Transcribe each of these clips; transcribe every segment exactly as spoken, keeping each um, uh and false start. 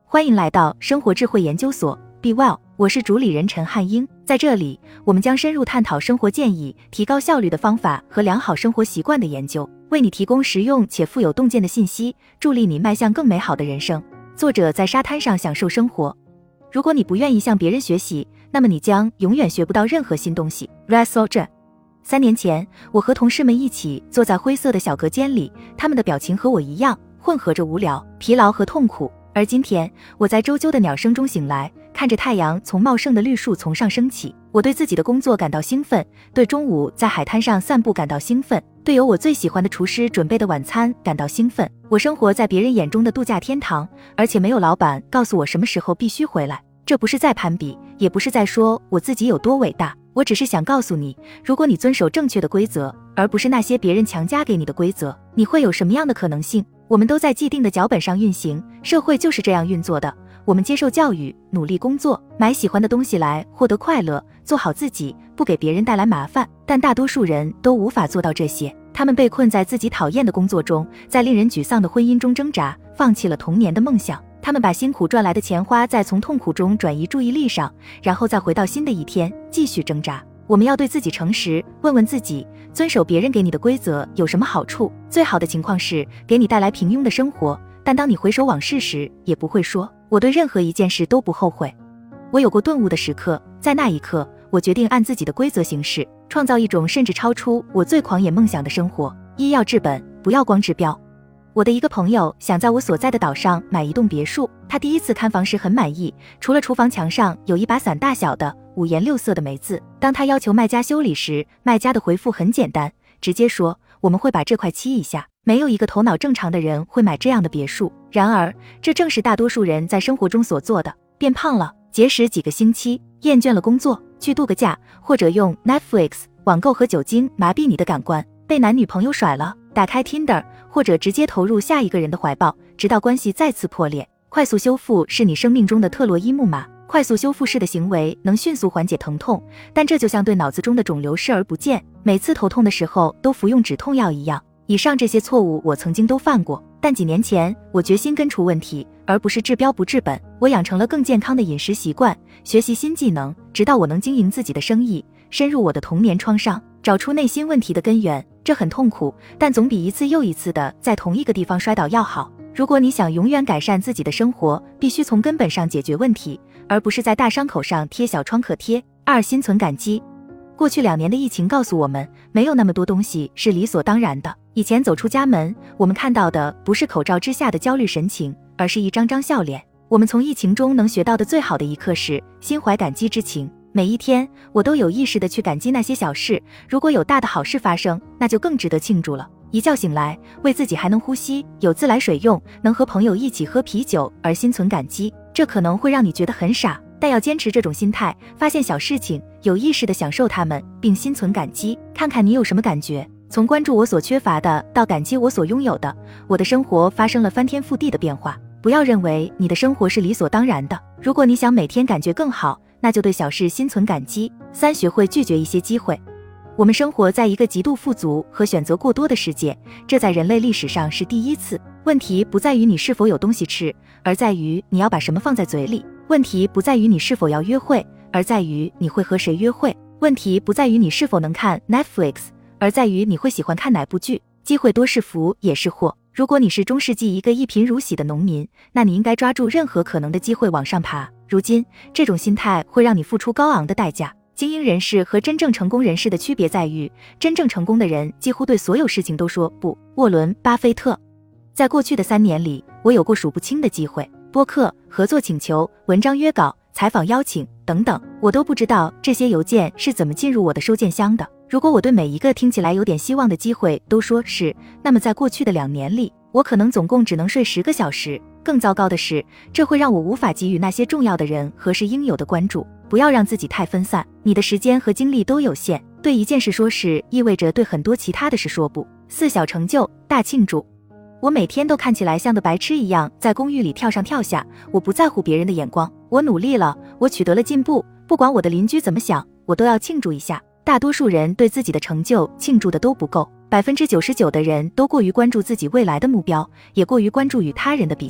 欢迎来到生活智慧研究所 Be Well， 我是主理人陈汉英。在这里，我们将深入探讨生活建议、提高效率的方法和良好生活习惯的研究，为你提供实用且富有洞见的信息，助力你迈向更美好的人生。作者在沙滩上享受生活。如果你不愿意向别人学习，那么你将永远学不到任何新东西。Resolve。三年前，我和同事们一起坐在灰色的小隔间里，他们的表情和我一样，混合着无聊、疲劳和痛苦。而今天，我在啾啾的鸟声中醒来，看着太阳从茂盛的绿树丛上升起，我对自己的工作感到兴奋，对中午在海滩上散步感到兴奋，对有我最喜欢的厨师准备的晚餐感到兴奋。我生活在别人眼中的度假天堂，而且没有老板告诉我什么时候必须回来。这不是在攀比，也不是在说我自己有多伟大，我只是想告诉你，如果你遵守正确的规则，而不是那些别人强加给你的规则，你会有什么样的可能性？我们都在既定的脚本上运行，社会就是这样运作的。我们接受教育，努力工作，买喜欢的东西来获得快乐，做好自己，不给别人带来麻烦。但大多数人都无法做到这些，他们被困在自己讨厌的工作中，在令人沮丧的婚姻中挣扎，放弃了童年的梦想。他们把辛苦赚来的钱花在从痛苦中转移注意力上，然后再回到新的一天，继续挣扎。我们要对自己诚实，问问自己，遵守别人给你的规则有什么好处？最好的情况是给你带来平庸的生活，但当你回首往事时，也不会说我对任何一件事都不后悔。我有过顿悟的时刻，在那一刻，我决定按自己的规则行事，创造一种甚至超出我最狂野梦想的生活。一要治本，不要光治标。我的一个朋友想在我所在的岛上买一栋别墅，他第一次看房时很满意，除了厨房墙上有一把伞大小的五颜六色的梅字。当他要求卖家修理时，卖家的回复很简单，直接说我们会把这块漆一下。没有一个头脑正常的人会买这样的别墅。然而，这正是大多数人在生活中所做的：变胖了，节食几个星期，厌倦了工作，去度个假，或者用 Netflix、网购和酒精麻痹你的感官，被男女朋友甩了，打开 Tinder， 或者直接投入下一个人的怀抱，直到关系再次破裂。快速修复是你生命中的特洛伊木马，快速修复式的行为能迅速缓解疼痛，但这就像对脑子中的肿瘤视而不见，每次头痛的时候都服用止痛药一样。以上这些错误我曾经都犯过，但几年前我决心根除问题，而不是治标不治本。我养成了更健康的饮食习惯，学习新技能，直到我能经营自己的生意，深入我的童年创伤，找出内心问题的根源。这很痛苦，但总比一次又一次的在同一个地方摔倒要好。如果你想永远改善自己的生活，必须从根本上解决问题，而不是在大伤口上贴小创可贴。二、心存感激。过去两年的疫情告诉我们，没有那么多东西是理所当然的。以前走出家门，我们看到的不是口罩之下的焦虑神情，而是一张张笑脸。我们从疫情中能学到的最好的一课是心怀感激之情。每一天，我都有意识地去感激那些小事，如果有大的好事发生，那就更值得庆祝了。一觉醒来，为自己还能呼吸，有自来水用，能和朋友一起喝啤酒而心存感激，这可能会让你觉得很傻，但要坚持这种心态，发现小事情，有意识地享受它们，并心存感激，看看你有什么感觉。从关注我所缺乏的到感激我所拥有的，我的生活发生了翻天覆地的变化。不要认为你的生活是理所当然的，如果你想每天感觉更好，那就对小事心存感激。三、学会拒绝一些机会。我们生活在一个极度富足和选择过多的世界，这在人类历史上是第一次。问题不在于你是否有东西吃，而在于你要把什么放在嘴里。问题不在于你是否要约会，而在于你会和谁约会。问题不在于你是否能看 Netflix， 而在于你会喜欢看哪部剧。机会多是福也是祸。如果你是中世纪一个一贫如洗的农民，那你应该抓住任何可能的机会往上爬。如今，这种心态会让你付出高昂的代价。精英人士和真正成功人士的区别在于，真正成功的人几乎对所有事情都说不。沃伦·巴菲特。在过去的三年里，我有过数不清的机会，播客、合作请求、文章约稿、采访邀请等等，我都不知道这些邮件是怎么进入我的收件箱的。如果我对每一个听起来有点希望的机会都说是，那么在过去的两年里，我可能总共只能睡十个小时。更糟糕的是，这会让我无法给予那些重要的人合适应有的关注。不要让自己太分散，你的时间和精力都有限，对一件事说是，意味着对很多其他的事说不。四、小成就大庆祝。我每天都看起来像个白痴一样在公寓里跳上跳下，我不在乎别人的眼光，我努力了，我取得了进步，不管我的邻居怎么想，我都要庆祝一下。大多数人对自己的成就庆祝的都不够，百分之九十九的人都过于关注自己未来的目标，也过于关注与他人的比较。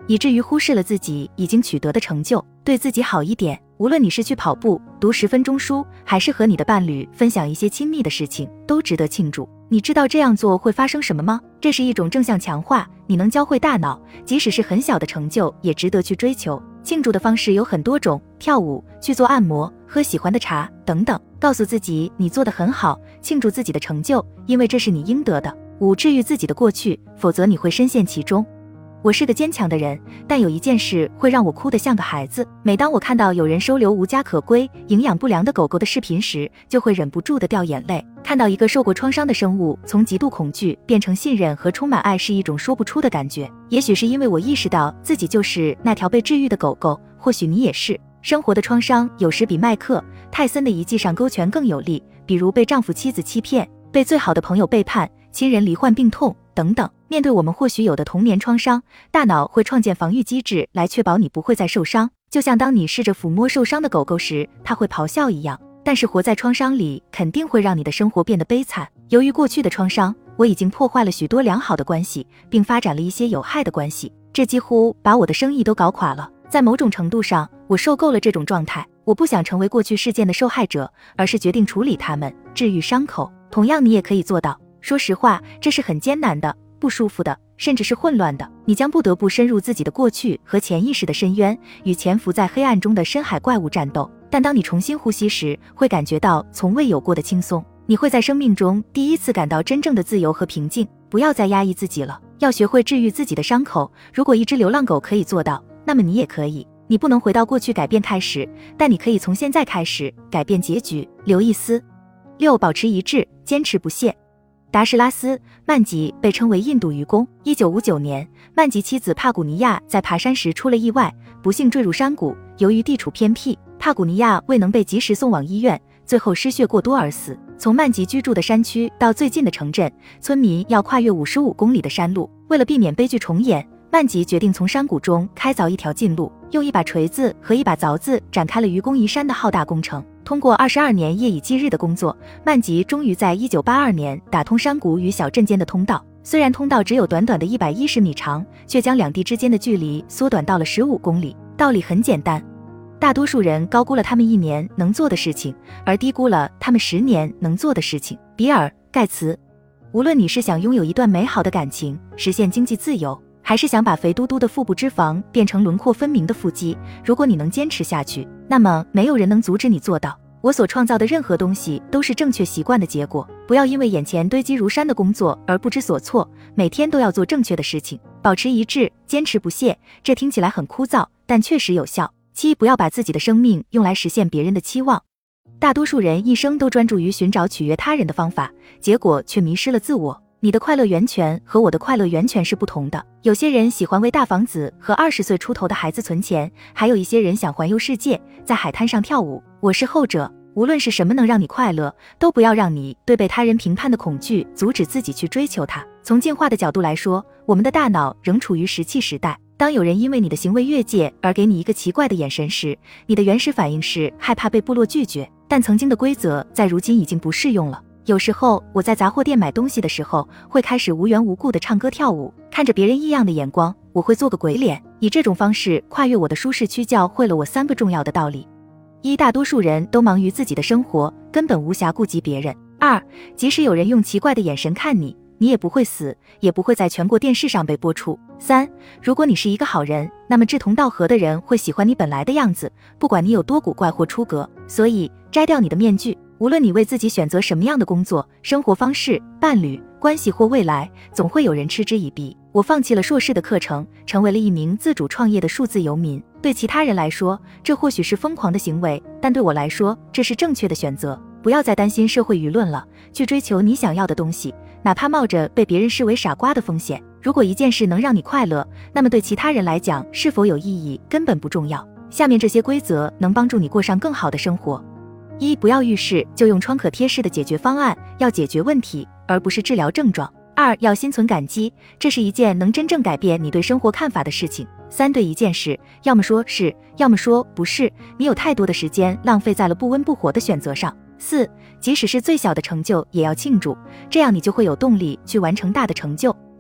以至于忽视了自己已经取得的成就。对自己好一点，无论你是去跑步、读十分钟书，还是和你的伴侣分享一些亲密的事情，都值得庆祝。你知道这样做会发生什么吗？这是一种正向强化，你能教会大脑，即使是很小的成就也值得去追求。庆祝的方式有很多种，跳舞、去做按摩、喝喜欢的茶等等。告诉自己你做得很好，庆祝自己的成就，因为这是你应得的。五、治愈自己的过去，否则你会深陷其中。我是个坚强的人，但有一件事会让我哭得像个孩子。每当我看到有人收留无家可归、营养不良的狗狗的视频时，就会忍不住地掉眼泪。看到一个受过创伤的生物从极度恐惧变成信任和充满爱，是一种说不出的感觉。也许是因为我意识到自己就是那条被治愈的狗狗，或许你也是。生活的创伤有时比迈克·泰森的一记上勾拳更有力，比如被丈夫妻子欺骗，被最好的朋友背叛，亲人罹患病痛等等。面对我们或许有的童年创伤，大脑会创建防御机制来确保你不会再受伤，就像当你试着抚摸受伤的狗狗时，它会咆哮一样。但是活在创伤里肯定会让你的生活变得悲惨。由于过去的创伤，我已经破坏了许多良好的关系，并发展了一些有害的关系，这几乎把我的生意都搞垮了。在某种程度上，我受够了这种状态。我不想成为过去事件的受害者，而是决定处理它们，治愈伤口。同样，你也可以做到。说实话，这是很艰难的，不舒服的，甚至是混乱的。你将不得不深入自己的过去和潜意识的深渊，与潜伏在黑暗中的深海怪物战斗。但当你重新呼吸时，会感觉到从未有过的轻松。你会在生命中第一次感到真正的自由和平静。不要再压抑自己了，要学会治愈自己的伤口。如果一只流浪狗可以做到，那么你也可以。你不能回到过去改变开始，但你可以从现在开始改变结局。刘易斯。六、保持一致，坚持不懈。达什拉斯·曼吉被称为印度愚公。一九五九年，曼吉妻子帕古尼亚在爬山时出了意外，不幸坠入山谷。由于地处偏僻，帕古尼亚未能被及时送往医院，最后失血过多而死。从曼吉居住的山区到最近的城镇，村民要跨越五十五公里的山路。为了避免悲剧重演，曼吉决定从山谷中开凿一条近路，用一把锤子和一把凿子展开了愚公移山的浩大工程。通过二十二年夜以继日的工作，曼吉终于在一九八二年打通山谷与小镇间的通道。虽然通道只有短短的一百一十米长，却将两地之间的距离缩短到了十五公里。道理很简单，大多数人高估了他们一年能做的事情，而低估了他们十年能做的事情。比尔·盖茨。无论你是想拥有一段美好的感情，实现经济自由，还是想把肥嘟嘟的腹部脂肪变成轮廓分明的腹肌，如果你能坚持下去，那么没有人能阻止你做到。我所创造的任何东西都是正确习惯的结果。不要因为眼前堆积如山的工作而不知所措，每天都要做正确的事情。保持一致，坚持不懈，这听起来很枯燥，但确实有效。七、不要把自己的生命用来实现别人的期望。大多数人一生都专注于寻找取悦他人的方法，结果却迷失了自我。你的快乐源泉和我的快乐源泉是不同的。有些人喜欢为大房子和二十岁出头的孩子存钱，还有一些人想环游世界，在海滩上跳舞。我是后者。无论是什么能让你快乐，都不要让你对被他人评判的恐惧阻止自己去追求它。从进化的角度来说，我们的大脑仍处于石器时代。当有人因为你的行为越界而给你一个奇怪的眼神时，你的原始反应是害怕被部落拒绝，但曾经的规则在如今已经不适用了。有时候我在杂货店买东西的时候，会开始无缘无故的唱歌跳舞，看着别人异样的眼光，我会做个鬼脸，以这种方式跨越我的舒适区，教会了我三个重要的道理。一、大多数人都忙于自己的生活，根本无暇顾及别人。二、即使有人用奇怪的眼神看你，你也不会死，也不会在全国电视上被播出。三、如果你是一个好人，那么志同道合的人会喜欢你本来的样子，不管你有多古怪或出格。所以摘掉你的面具，无论你为自己选择什么样的工作、生活方式、伴侣关系或未来，总会有人嗤之以鼻。我放弃了硕士的课程，成为了一名自主创业的数字游民。对其他人来说，这或许是疯狂的行为，但对我来说，这是正确的选择。不要再担心社会舆论了，去追求你想要的东西，哪怕冒着被别人视为傻瓜的风险。如果一件事能让你快乐，那么对其他人来讲是否有意义根本不重要。下面这些规则能帮助你过上更好的生活。一、不要遇事就用创可贴式的解决方案，要解决问题，而不是治疗症状。二、要心存感激，这是一件能真正改变你对生活看法的事情。三、对一件事，要么说是，要么说不是，你有太多的时间浪费在了不温不火的选择上。四、即使是最小的成就也要庆祝，这样你就会有动力去完成大的成就。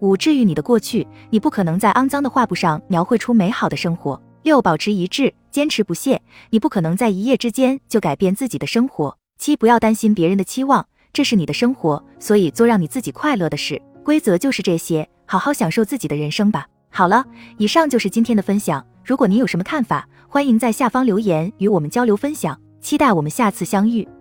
五、治愈你的过去，你不可能在肮脏的画布上描绘出美好的生活。六、保持一致，坚持不懈，你不可能在一夜之间就改变自己的生活。七、不要担心别人的期望，这是你的生活，所以做让你自己快乐的事。规则就是这些，好好享受自己的人生吧。好了，以上就是今天的分享，如果您有什么看法，欢迎在下方留言与我们交流分享，期待我们下次相遇。